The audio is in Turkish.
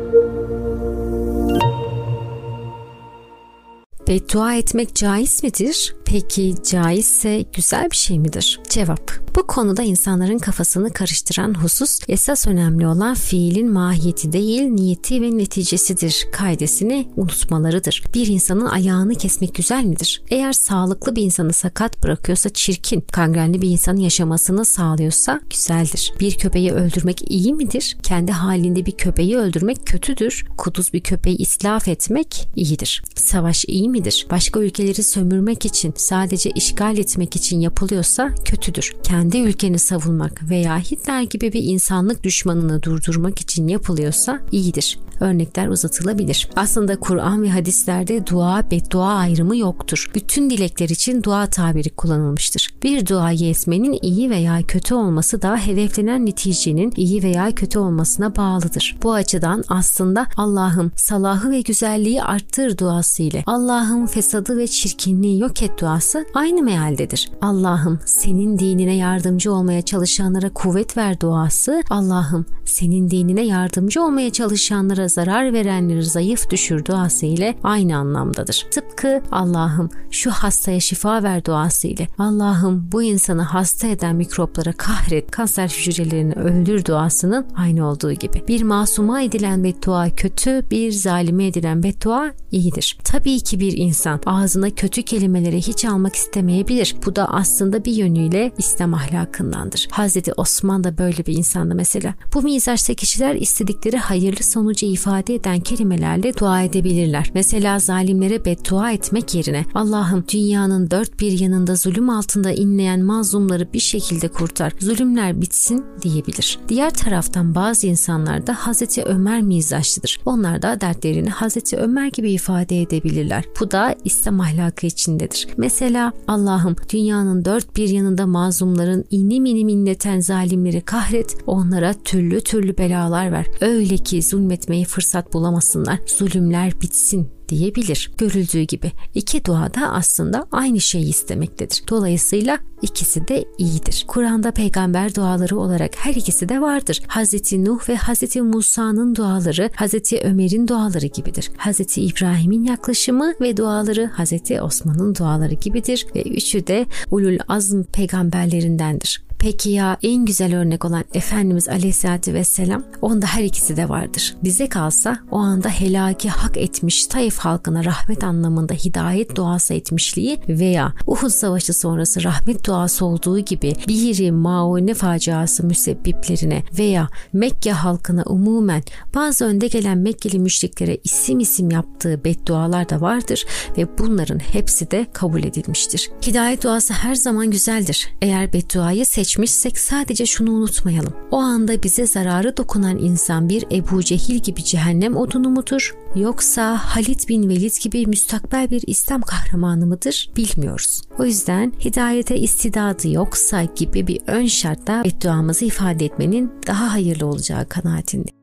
Beddua etmek caiz midir? Peki caizse güzel bir şey midir? Cevap: bu konuda insanların kafasını karıştıran husus, esas önemli olan fiilin mahiyeti değil, niyeti ve neticesidir kaidesini unutmalarıdır. Bir insanın ayağını kesmek güzel midir? Eğer sağlıklı bir insanı sakat bırakıyorsa çirkin, kangrenli bir insanın yaşamasını sağlıyorsa güzeldir. Bir köpeği öldürmek iyi midir? Kendi halinde bir köpeği öldürmek kötüdür. Kuduz bir köpeği itlaf etmek iyidir. Savaş iyi midir? Başka ülkeleri sömürmek için, sadece işgal etmek için yapılıyorsa kötüdür. Kendi ülkeni savunmak veya Hitler gibi bir insanlık düşmanını durdurmak için yapılıyorsa iyidir. Örnekler uzatılabilir. Aslında Kur'an ve hadislerde dua, beddua ayrımı yoktur. Bütün dilekler için dua tabiri kullanılmıştır. Bir duayı etmenin iyi veya kötü olması da hedeflenen neticenin iyi veya kötü olmasına bağlıdır. Bu açıdan aslında Allah'ım salahı ve güzelliği arttır duası ile Allah'ım fesadı ve çirkinliği yok et duası aynı mealdedir. Allah'ım senin dinine yardımcı olmaya çalışanlara kuvvet ver duası, Allah'ım senin dinine yardımcı olmaya çalışanlara zarar verenleri zayıf düşür duası ile aynı anlamdadır. Tıpkı Allah'ım şu hastaya şifa ver duası ile Allah'ım bu insanı hasta eden mikroplara kahret, kanser hücrelerini öldür duasının aynı olduğu gibi. Bir masuma edilen beddua kötü, bir zalime edilen beddua iyidir. Tabii ki bir insan ağzına kötü kelimeleri hiç almak istemeyebilir. Bu da aslında bir yönüyle İslam ahlakındandır. Hazreti Osman da böyle bir insandı mesela. Bu mizaçta kişiler istedikleri hayırlı sonucu ifade eden kelimelerle dua edebilirler. Mesela zalimlere beddua etmek yerine Allah'ım dünyanın dört bir yanında zulüm altında inleyen mazlumları bir şekilde kurtar, zulümler bitsin diyebilir. Diğer taraftan bazı insanlar da Hazreti Ömer mizaçlıdır. Onlar da dertlerini Hazreti Ömer gibi ifade edebilirler. Bu da İslam ahlakı içindedir. Mesela Allah'ım dünyanın dört bir yanında mazlumların inim inim inleten zalimleri kahret, onlara türlü türlü belalar ver. Öyle ki zulmetmeye fırsat bulamasınlar, zulümler bitsin diyebilir. Görüldüğü gibi iki dua da aslında aynı şeyi istemektedir. Dolayısıyla ikisi de iyidir. Kur'an'da peygamber duaları olarak her ikisi de vardır. Hazreti Nuh ve Hazreti Musa'nın duaları, Hazreti Ömer'in duaları gibidir. Hazreti İbrahim'in yaklaşımı ve duaları Hazreti Osman'ın duaları gibidir ve üçü de ulul azm peygamberlerindendir. Peki ya en güzel örnek olan Efendimiz Aleyhisselatü Vesselam, onda her ikisi de vardır. Bize kalsa o anda helaki hak etmiş Taif halkına rahmet anlamında hidayet duası etmişliği veya Uhud Savaşı sonrası rahmet duası olduğu gibi Bihri Maune faciası müsebbiplerine veya Mekke halkına umumen bazı önde gelen Mekkeli müşriklere isim isim yaptığı beddualar da vardır ve bunların hepsi de kabul edilmiştir. Hidayet duası her zaman güzeldir. Eğer bedduayı seçmişsek sadece şunu unutmayalım. O anda bize zararı dokunan insan bir Ebu Cehil gibi cehennem odunu mudur? Yoksa Halid bin Velid gibi müstakbel bir İslam kahramanı mıdır? Bilmiyoruz. O yüzden hidayete istidadı yoksa gibi bir ön şartla bedduamızı ifade etmenin daha hayırlı olacağı kanaatindeyim.